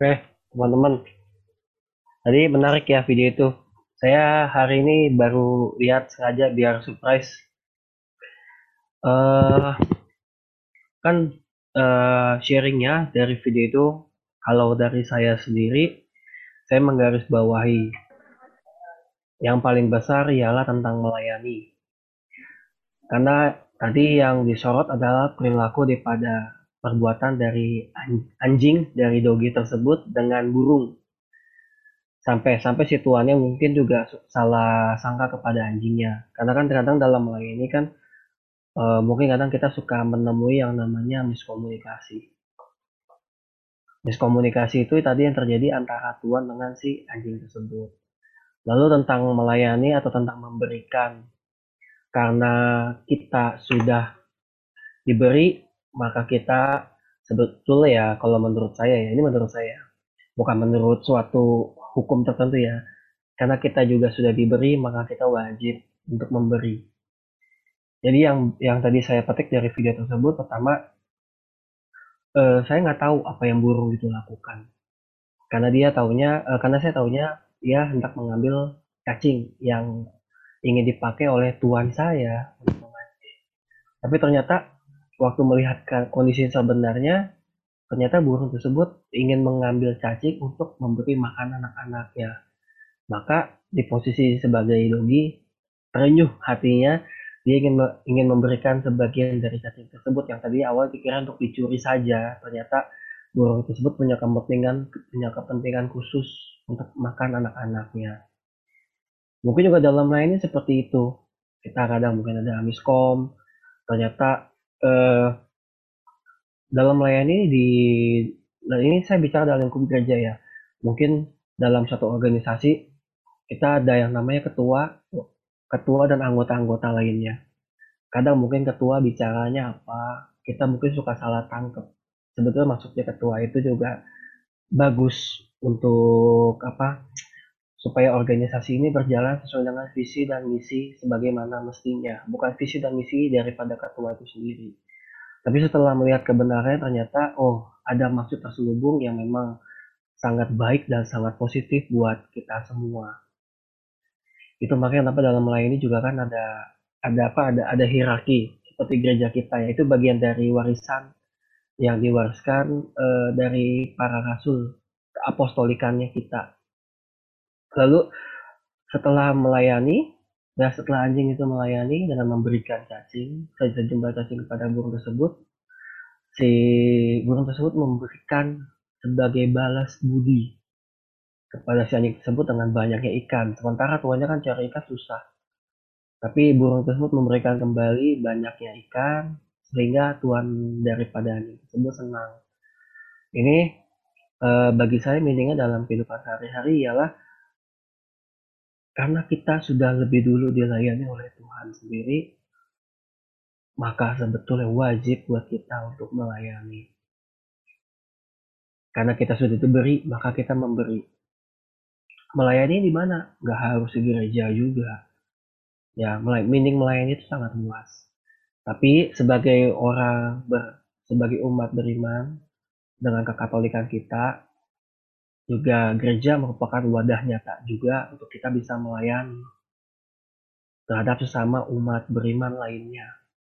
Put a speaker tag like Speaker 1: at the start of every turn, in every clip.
Speaker 1: Oke, teman-teman. Tadi menarik ya video itu. Saya hari ini baru lihat sengaja biar surprise. eh kan sharingnya dari video itu, kalau dari saya sendiri, saya menggarisbawahi yang paling besar ialah tentang melayani. Karena tadi yang disorot adalah perilaku daripada perbuatan dari anjing dari dogi tersebut dengan burung. Sampai si tuannya mungkin juga salah sangka kepada anjingnya, karena kan terkadang dalam melayani kan mungkin kadang kita suka menemui yang namanya miskomunikasi itu tadi yang terjadi antara tuan dengan si anjing tersebut. Lalu tentang melayani atau tentang memberikan, karena kita sudah diberi, maka kita sebetulnya ya, kalau menurut saya ya, ini menurut saya, bukan menurut suatu hukum tertentu ya, karena kita juga sudah diberi maka kita wajib untuk memberi. Jadi yang tadi saya petik dari video tersebut, pertama, saya nggak tahu apa yang burung itu lakukan. Karena saya taunya dia hendak mengambil cacing yang ingin dipakai oleh tuan saya untuk memancing. Tapi ternyata waktu melihat kondisi sebenarnya, ternyata burung tersebut ingin mengambil cacing untuk memberi makan anak-anaknya. Maka di posisi sebagai dogi, terenyuh hatinya, dia ingin memberikan sebagian dari cacing tersebut yang tadi awal dikira untuk dicuri saja. Ternyata burung tersebut punya kepentingan khusus untuk makan anak-anaknya. Mungkin juga dalam lainnya seperti itu. Kita kadang mungkin ada miskom, ternyata eh, dalam melayani dan ini saya bicara dalam lingkup gereja ya. Mungkin dalam satu organisasi kita ada yang namanya ketua, ketua dan anggota-anggota lainnya. Kadang mungkin ketua bicaranya apa, kita mungkin suka salah tangkap. Sebetulnya maksudnya ketua itu juga bagus untuk apa? Supaya organisasi ini berjalan sesuai dengan visi dan misi sebagaimana mestinya, bukan visi dan misi daripada ketua itu sendiri. Tapi setelah melihat kebenarannya, ternyata oh, ada maksud terselubung yang memang sangat baik dan sangat positif buat kita semua. Itu makanya kenapa dalam melayani juga kan ada hierarki seperti gereja kita ya, itu bagian dari warisan yang diwariskan dari para rasul apostolikannya kita. Lalu setelah melayani, dan setelah anjing itu melayani dengan memberikan cacing, sejumlah cacing kepada burung tersebut, si burung tersebut memberikan sebagai balas budi kepada si anjing tersebut dengan banyaknya ikan. Sementara tuannya kan cari ikan susah. Tapi burung tersebut memberikan kembali banyaknya ikan sehingga tuan daripada anjing tersebut senang. Ini bagi saya meaningnya dalam kehidupan sehari-hari ialah karena kita sudah lebih dulu dilayani oleh Tuhan sendiri, maka sebetulnya wajib buat kita untuk melayani. Karena kita sudah diberi, maka kita memberi. Melayani di mana? Gak harus di gereja juga. Ya, meaning melayani itu sangat luas. Tapi sebagai umat beriman dengan kekatolikan kita, juga gereja merupakan wadah nyata juga untuk kita bisa melayani terhadap sesama umat beriman lainnya.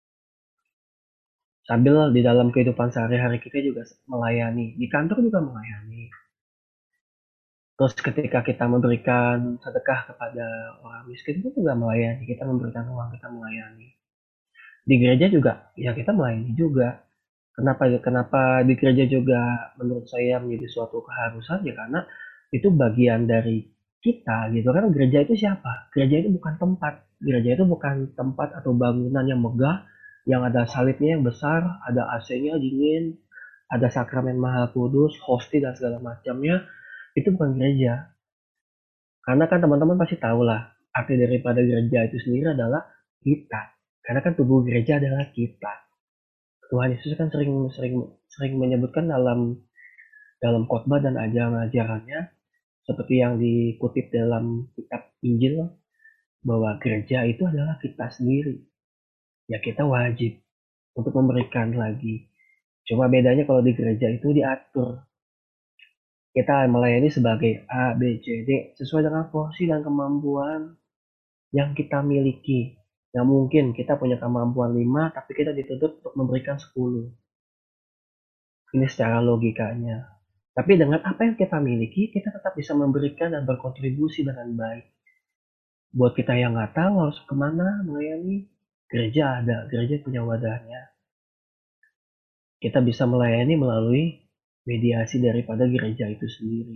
Speaker 1: Sambil di dalam kehidupan sehari-hari kita juga melayani, di kantor juga melayani. Terus ketika kita memberikan sedekah kepada orang miskin itu juga melayani, kita memberikan uang, kita melayani. Di gereja juga, ya kita melayani juga. Kenapa kenapa di gereja juga menurut saya menjadi suatu keharusan ya, karena itu bagian dari kita gitu kan. Gereja itu siapa? Gereja itu bukan tempat. Gereja itu bukan tempat atau bangunan yang megah yang ada salibnya yang besar, ada AC-nya dingin, ada sakramen maha kudus, hosti dan segala macamnya. Itu bukan gereja. Karena kan teman-teman pasti tahu lah, arti daripada gereja itu sendiri adalah kita. Karena kan tubuh gereja adalah kita. Tuhan Yesus kan sering sering sering menyebutkan dalam dalam khotbah dan ajaran-ajarannya, seperti yang dikutip dalam kitab Injil, bahwa gereja itu adalah kita sendiri. Ya kita wajib untuk memberikan lagi. Cuma bedanya kalau di gereja itu diatur. Kita melayani sebagai A, B, C, D sesuai dengan porsi dan kemampuan yang kita miliki. Yang mungkin kita punya kemampuan 5, tapi kita dituntut untuk memberikan 10. Ini secara logikanya. Tapi dengan apa yang kita miliki, kita tetap bisa memberikan dan berkontribusi dengan baik. Buat kita yang nggak tahu harus kemana melayani, gereja ada, gereja punya wadahnya. Kita bisa melayani melalui mediasi daripada gereja itu sendiri.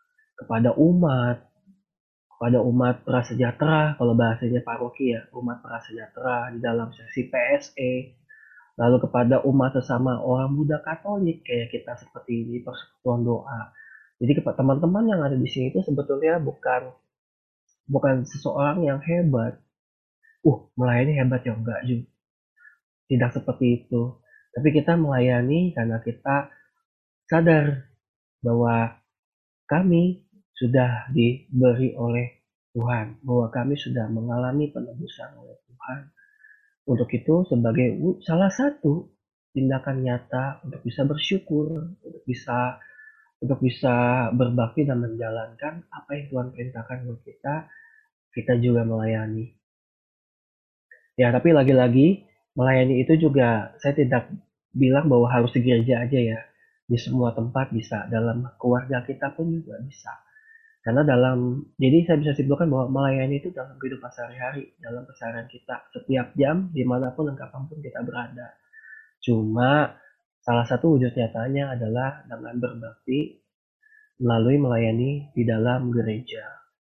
Speaker 1: Kepada umat prasejahtera, kalau bahasanya paroki ya, umat prasejahtera di dalam sesi PSE, lalu kepada umat sesama orang Buddha Katolik kayak kita seperti ini, persekutuan doa. Jadi kepada teman-teman yang ada di sini itu sebetulnya bukan bukan seseorang yang hebat. Melayani hebat ya enggak juga. Tidak seperti itu. Tapi kita melayani karena kita sadar bahwa kami sudah diberi oleh Tuhan, bahwa kami sudah mengalami penebusan oleh Tuhan. Untuk itu sebagai salah satu tindakan nyata untuk bisa bersyukur, untuk bisa berbakti dan menjalankan apa yang Tuhan perintahkan untuk kita, kita juga melayani. Ya, tapi lagi-lagi melayani itu juga saya tidak bilang bahwa harus di gereja aja ya. Di semua tempat bisa, dalam keluarga kita pun juga bisa. Karena jadi saya bisa simpulkan bahwa melayani itu dalam kehidupan sehari-hari, dalam keseharian kita, setiap jam, dimanapun dan kapanpun kita berada. Cuma salah satu wujud nyatanya adalah dengan berbakti melalui melayani di dalam gereja.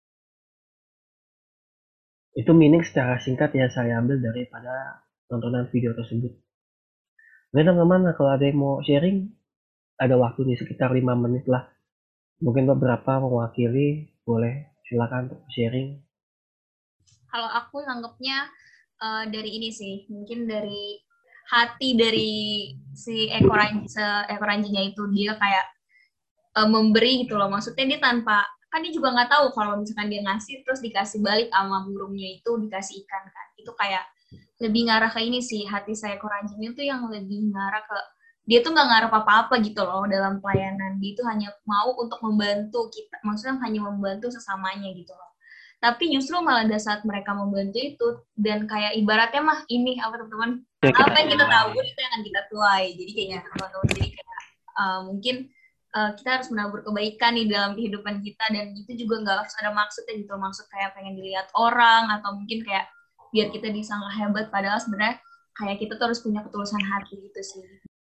Speaker 1: Itu meaning secara singkat yang saya ambil daripada tontonan video tersebut. Mungkin teman-teman kalau ada yang mau sharing, ada waktu nih sekitar 5 menit lah. Mungkin beberapa mewakili, boleh silakan untuk sharing.
Speaker 2: Kalau aku nanggepnya dari ini sih, mungkin dari hati dari si ekor anjingnya itu, dia kayak memberi gitu loh. Maksudnya dia tanpa, kan dia juga nggak tahu kalau misalkan dia ngasih terus dikasih balik sama burungnya itu, dikasih ikan kan. Itu kayak lebih ngarah ke ini sih, hati saya ekor anjingnya tuh yang lebih ngarah ke, dia tuh nggak ngarep apa-apa gitu loh dalam pelayanan. Dia tuh hanya mau untuk membantu kita, maksudnya hanya membantu sesamanya gitu loh. Tapi justru malah ada saat mereka membantu itu, dan kayak ibaratnya mah ini apa teman-teman,
Speaker 1: Ya, kita
Speaker 2: apa yang kita
Speaker 1: tuai.
Speaker 2: tabur itu yang akan kita tuai. Jadi kayak teman-teman, jadi kayak mungkin kita harus menabur kebaikan nih dalam kehidupan kita, dan itu juga nggak harus ada maksudnya gitu, maksud kayak pengen dilihat orang atau mungkin kayak biar kita disangka hebat, padahal sebenarnya kayak kita tuh harus punya ketulusan hati gitu sih.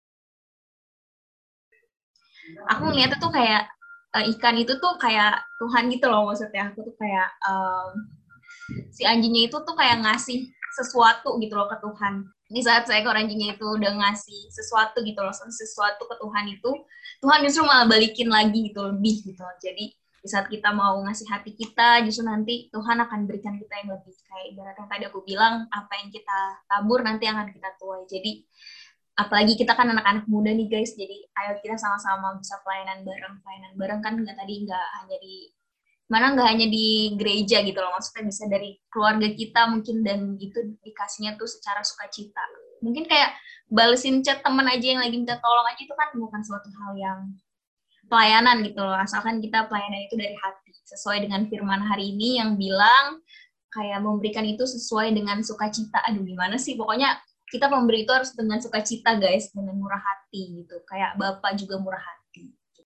Speaker 2: Aku ngeliatnya tuh kayak ikan itu tuh kayak Tuhan gitu loh, maksudnya aku tuh kayak si anjingnya itu tuh kayak ngasih sesuatu gitu loh ke Tuhan. Di saat seekor anjingnya itu udah ngasih sesuatu gitu loh, sesuatu ke Tuhan itu, Tuhan justru malah balikin lagi gitu, lebih gitu. Jadi di saat kita mau ngasih hati kita, justru nanti Tuhan akan berikan kita yang lebih. Kayak ibaratnya tadi aku bilang, apa yang kita tabur nanti akan kita tuai. Jadi apalagi kita kan anak-anak muda nih guys, jadi ayo kita sama-sama bisa pelayanan bareng kan nggak hanya di mana, nggak hanya di gereja gitu loh, maksudnya bisa dari keluarga kita mungkin, dan itu dikasihnya tuh secara sukacita. Mungkin kayak balesin chat temen aja yang lagi minta tolong aja, itu kan bukan suatu hal yang pelayanan gitu loh, asalkan kita pelayanan itu dari hati, sesuai dengan firman hari ini yang bilang kayak memberikan itu sesuai dengan sukacita. Aduh gimana sih, pokoknya kita memberi itu harus dengan sukacita guys, dengan murah hati gitu, kayak Bapak juga murah hati.